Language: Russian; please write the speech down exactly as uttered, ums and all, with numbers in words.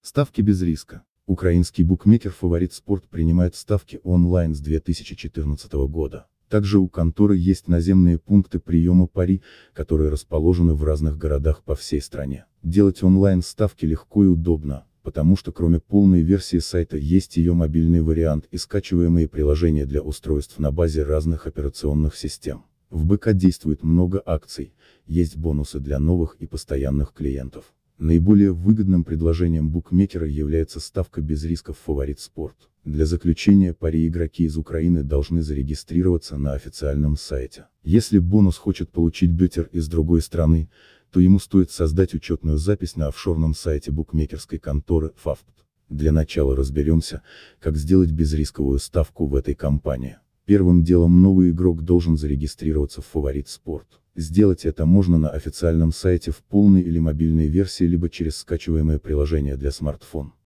Ставки без риска. Украинский букмекер «Фаворит Спорт» принимает ставки онлайн с две тысячи четырнадцатого года. Также у конторы есть наземные пункты приема пари, которые расположены в разных городах по всей стране. Делать онлайн ставки легко и удобно, потому что кроме полной версии сайта есть ее мобильный вариант и скачиваемые приложения для устройств на базе разных операционных систем. В БК действует много акций, есть бонусы для новых и постоянных клиентов. Наиболее выгодным предложением букмекера является ставка без рисков «Фаворит Спорт». Для заключения пари игроки из Украины должны зарегистрироваться на официальном сайте. Если бонус хочет получить беттер из другой страны, то ему стоит создать учетную запись на офшорном сайте букмекерской конторы ФАФПТ. Для начала разберемся, как сделать безрисковую ставку в этой компании. Первым делом новый игрок должен зарегистрироваться в «Фаворит Спорт». Сделать это можно на официальном сайте в полной или мобильной версии, либо через скачиваемое приложение для смартфона.